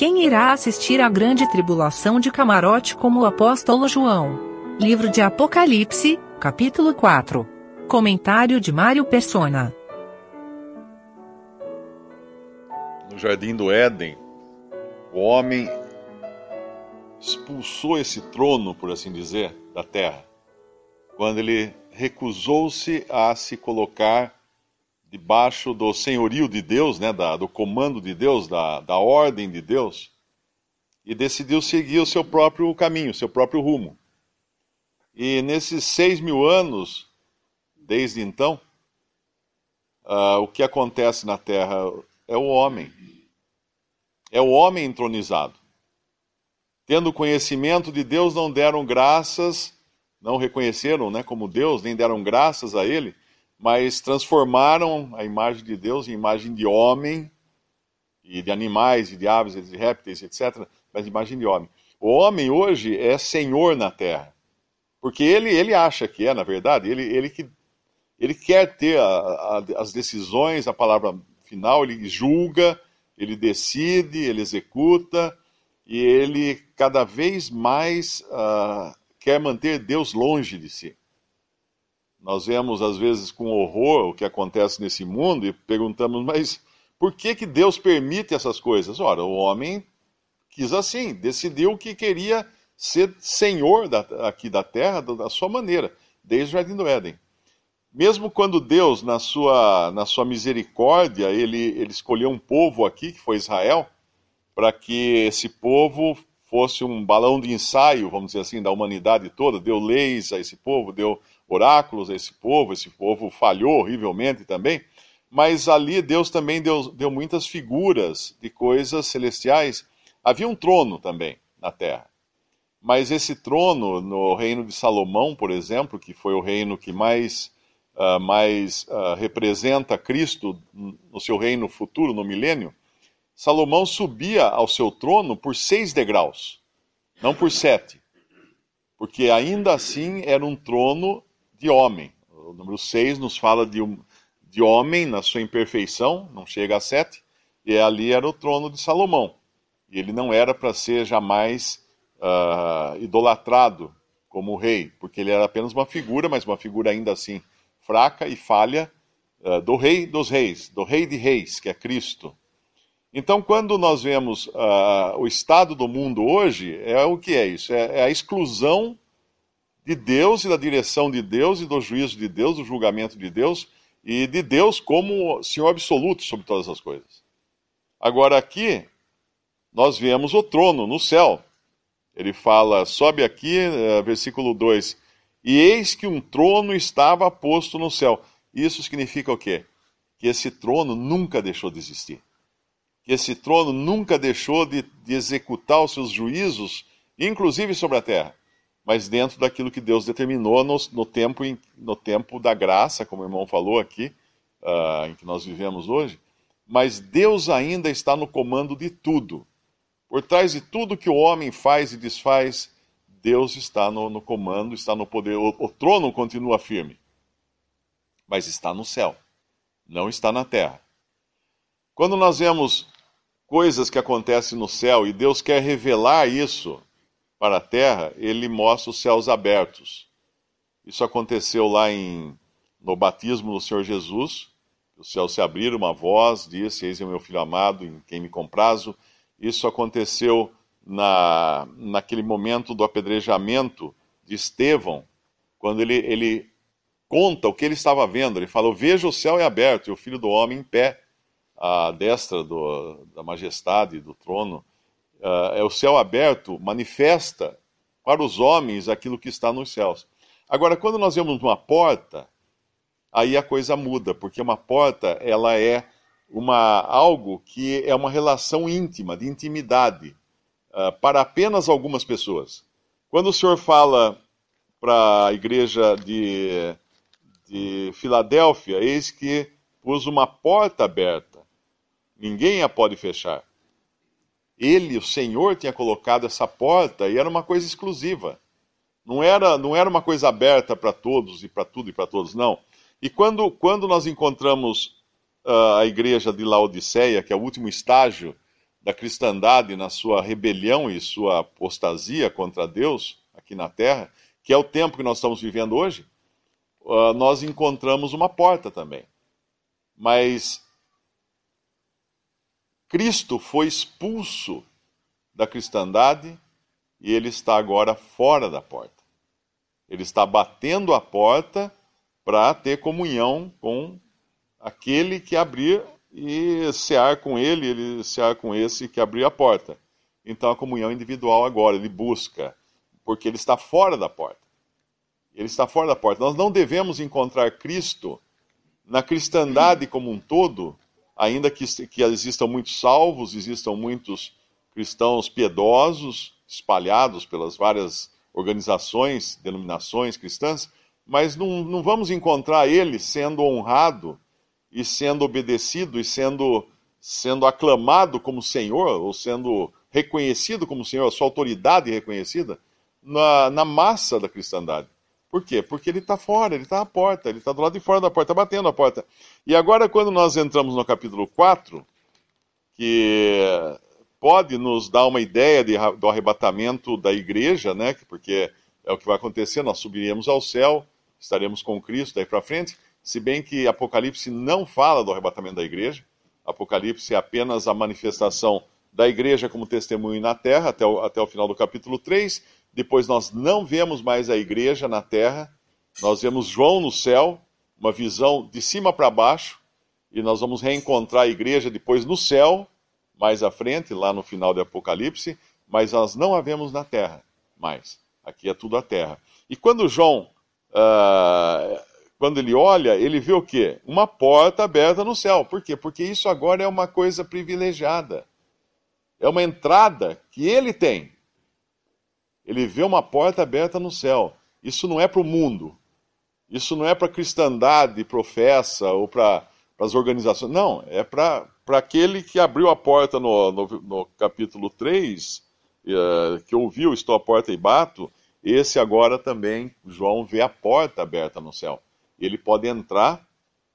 Quem irá assistir à grande tribulação de camarote como o apóstolo João? Livro de Apocalipse, capítulo 4. Comentário de Mário Persona. No Jardim do Éden, o homem expulsou esse trono, por assim dizer, da terra, quando ele recusou-se a se colocar debaixo do senhorio de Deus, né, do comando de Deus, da ordem de Deus, e decidiu seguir o seu próprio caminho, o seu próprio rumo. E nesses 6.000 anos, desde então, o que acontece na terra é o homem. É o homem entronizado. Tendo conhecimento de Deus, não deram graças, não reconheceram, né, como Deus, nem deram graças a Ele, mas transformaram a imagem de Deus em imagem de homem, e de animais, e de aves, e de répteis, etc., mas imagem de homem. O homem hoje é senhor na terra, porque ele acha que é, na verdade, ele quer ter as decisões, a palavra final, ele julga, ele decide, ele executa, e ele cada vez mais quer manter Deus longe de si. Nós vemos, às vezes, com horror o que acontece nesse mundo e perguntamos, mas por que Deus permite essas coisas? Ora, o homem quis assim, decidiu que queria ser senhor aqui da terra da sua maneira, desde o Jardim do Éden. Mesmo quando Deus, na sua misericórdia, ele escolheu um povo aqui, que foi Israel, para que esse povo fosse um balão de ensaio, vamos dizer assim, da humanidade toda, deu leis a esse povo, deu oráculos a esse povo falhou horrivelmente também, mas ali Deus também deu muitas figuras de coisas celestiais. Havia um trono também na terra, mas esse trono, no reino de Salomão, por exemplo, que foi o reino que mais representa Cristo no seu reino futuro, no milênio, Salomão subia ao seu trono por 6 degraus, não por 7, porque ainda assim era um trono de homem. O número 6 nos fala de homem na sua imperfeição, não chega a 7, e ali era o trono de Salomão. E ele não era para ser jamais idolatrado como rei, porque ele era apenas uma figura, mas uma figura ainda assim fraca e falha, do rei dos reis, do rei de reis, que é Cristo. Então, quando nós vemos o estado do mundo hoje, o que é isso? É a exclusão de Deus e da direção de Deus e do juízo de Deus, do julgamento de Deus e de Deus como Senhor absoluto sobre todas as coisas. Agora aqui, nós vemos o trono no céu. Ele fala, sobe aqui, versículo 2, e eis que um trono estava posto no céu. Isso significa o quê? Que esse trono nunca deixou de existir. Que esse trono nunca deixou de executar os seus juízos, inclusive sobre a terra, mas dentro daquilo que Deus determinou no tempo da graça, como o irmão falou aqui, em que nós vivemos hoje. Mas Deus ainda está no comando de tudo. Por trás de tudo que o homem faz e desfaz, Deus está no comando, está no poder. O trono continua firme, mas está no céu, não está na terra. Quando nós vemos coisas que acontecem no céu e Deus quer revelar isso para a terra, ele mostra os céus abertos. Isso aconteceu lá no batismo do Senhor Jesus. Os céus se abriram, uma voz disse, eis o meu filho amado, em quem me comprazo. Isso aconteceu naquele momento do apedrejamento de Estevão, quando ele conta o que ele estava vendo. Ele fala, veja o céu é aberto e o Filho do Homem em pé, à destra da majestade do trono. O céu aberto manifesta para os homens aquilo que está nos céus. Agora, quando nós vemos uma porta, aí a coisa muda, porque uma porta ela é algo que é uma relação íntima, de intimidade, para apenas algumas pessoas. Quando o Senhor fala para a igreja de Filadélfia, eis que pus uma porta aberta, ninguém a pode fechar. Ele, o Senhor, tinha colocado essa porta e era uma coisa exclusiva. Não era uma coisa aberta para todos e para tudo e para todos, não. E quando nós encontramos a igreja de Laodiceia, que é o último estágio da cristandade na sua rebelião e sua apostasia contra Deus aqui na Terra, que é o tempo que nós estamos vivendo hoje, nós encontramos uma porta também. Mas Cristo foi expulso da cristandade e ele está agora fora da porta. Ele está batendo a porta para ter comunhão com aquele que abrir e cear com ele cear com esse que abriu a porta. Então a comunhão individual agora, ele busca, porque ele está fora da porta. Ele está fora da porta. Nós não devemos encontrar Cristo na cristandade como um todo, ainda que existam muitos salvos, existam muitos cristãos piedosos, espalhados pelas várias organizações, denominações cristãs, mas não vamos encontrar ele sendo honrado e sendo obedecido e sendo aclamado como Senhor, ou sendo reconhecido como Senhor, a sua autoridade reconhecida, na massa da cristandade. Por quê? Porque ele está fora, ele está à porta, ele está do lado de fora da porta, está batendo a porta. E agora, quando nós entramos no capítulo 4, que pode nos dar uma ideia do arrebatamento da igreja, né? Porque é o que vai acontecer, nós subiremos ao céu, estaremos com Cristo daí para frente, se bem que Apocalipse não fala do arrebatamento da igreja, Apocalipse é apenas a manifestação da igreja como testemunho na terra, até o final do capítulo 3, depois nós não vemos mais a igreja na terra, nós vemos João no céu, uma visão de cima para baixo, e nós vamos reencontrar a igreja depois no céu, mais à frente, lá no final de Apocalipse, mas nós não a vemos na terra mais. Aqui é tudo a terra. E quando João, quando ele olha, ele vê o quê? Uma porta aberta no céu. Por quê? Porque isso agora é uma coisa privilegiada. É uma entrada que ele tem. Ele vê uma porta aberta no céu. Isso não é para o mundo. Isso não é para a cristandade professa ou para as organizações. Não, é para aquele que abriu a porta no capítulo 3, que ouviu, estou à porta e bato. Esse agora também, João vê a porta aberta no céu. Ele pode entrar,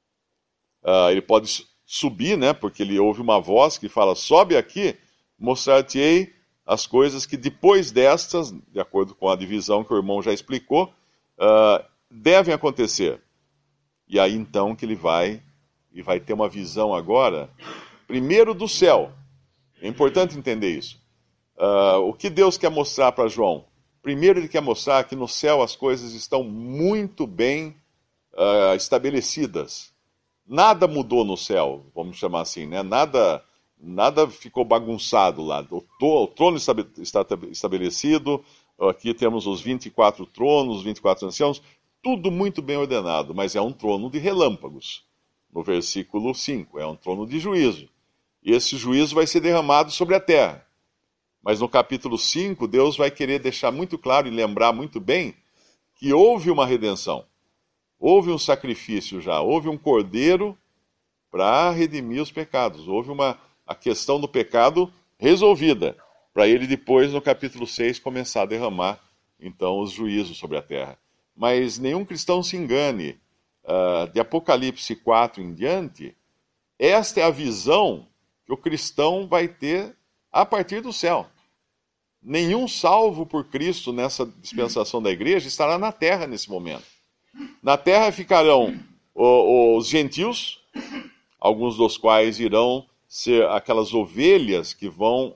ele pode subir, né? Porque ele ouve uma voz que fala, sobe aqui, mostrar-te-ei as coisas que depois destas, de acordo com a divisão que o irmão já explicou, devem acontecer. E aí então que ele vai ter uma visão agora, primeiro do céu. É importante entender isso. O que Deus quer mostrar para João? Primeiro ele quer mostrar que no céu as coisas estão muito bem estabelecidas. Nada mudou no céu, vamos chamar assim, né? Nada ficou bagunçado lá. O trono está estabelecido, aqui temos os 24 tronos, os 24 anciãos, tudo muito bem ordenado, mas é um trono de relâmpagos. No versículo 5, é um trono de juízo. E esse juízo vai ser derramado sobre a terra. Mas no capítulo 5, Deus vai querer deixar muito claro e lembrar muito bem que houve uma redenção. Houve um sacrifício já, houve um cordeiro para redimir os pecados. Houve a questão do pecado resolvida, para ele depois, no capítulo 6, começar a derramar, então, os juízos sobre a terra. Mas nenhum cristão se engane, de Apocalipse 4 em diante, esta é a visão que o cristão vai ter a partir do céu. Nenhum salvo por Cristo nessa dispensação da igreja estará na terra nesse momento. Na terra ficarão os gentios, alguns dos quais irão ser aquelas ovelhas que vão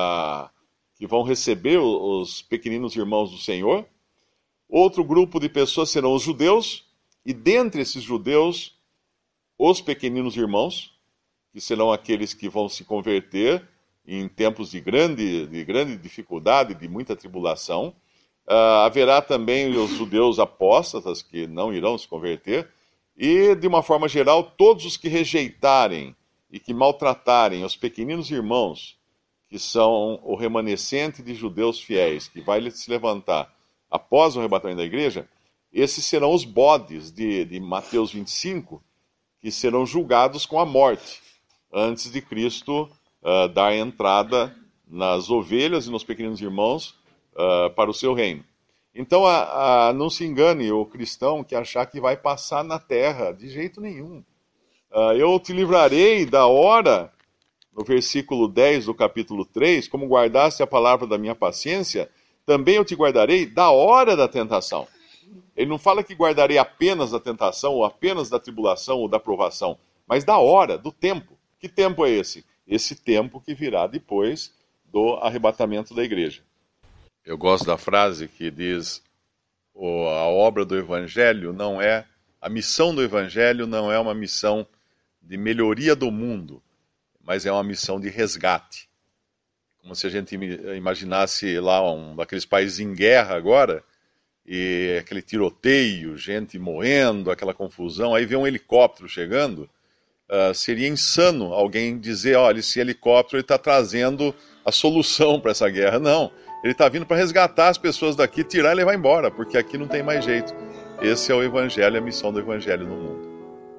receber os pequeninos irmãos do Senhor. Outro grupo de pessoas serão os judeus, e dentre esses judeus, os pequeninos irmãos, que serão aqueles que vão se converter em tempos de grande dificuldade, de muita tribulação. Haverá também os judeus apóstatas, que não irão se converter, e, de uma forma geral, todos os que rejeitarem e que maltratarem os pequeninos irmãos, que são o remanescente de judeus fiéis, que vai se levantar após o arrebatamento da igreja, esses serão os bodes de Mateus 25, que serão julgados com a morte, antes de Cristo dar entrada nas ovelhas e nos pequeninos irmãos para o seu reino. Então, não se engane o cristão que achar que vai passar na terra, de jeito nenhum. Eu te livrarei da hora no versículo 10 do capítulo 3, como guardaste a palavra da minha paciência, também eu te guardarei da hora da tentação. Ele não fala que guardarei apenas da tentação, ou apenas da tribulação, ou da provação, mas da hora, do tempo. Que tempo é esse? Esse tempo que virá depois do arrebatamento da igreja. Eu gosto da frase que diz: a obra do Evangelho não é, a missão do Evangelho não é uma missão de melhoria do mundo, mas é uma missão de resgate. Como se a gente imaginasse lá um daqueles países em guerra agora, e aquele tiroteio, gente morrendo, aquela confusão, aí vê um helicóptero chegando. Seria insano alguém dizer, olha, esse helicóptero está trazendo a solução para essa guerra. Não, ele está vindo para resgatar as pessoas daqui, tirar e levar embora, porque aqui não tem mais jeito. Esse é o Evangelho, a missão do Evangelho no mundo.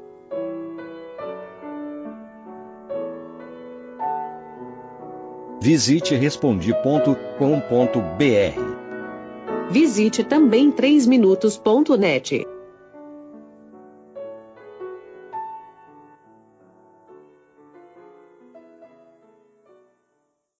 Visite Respondi.com.br. Visite também 3minutos.net.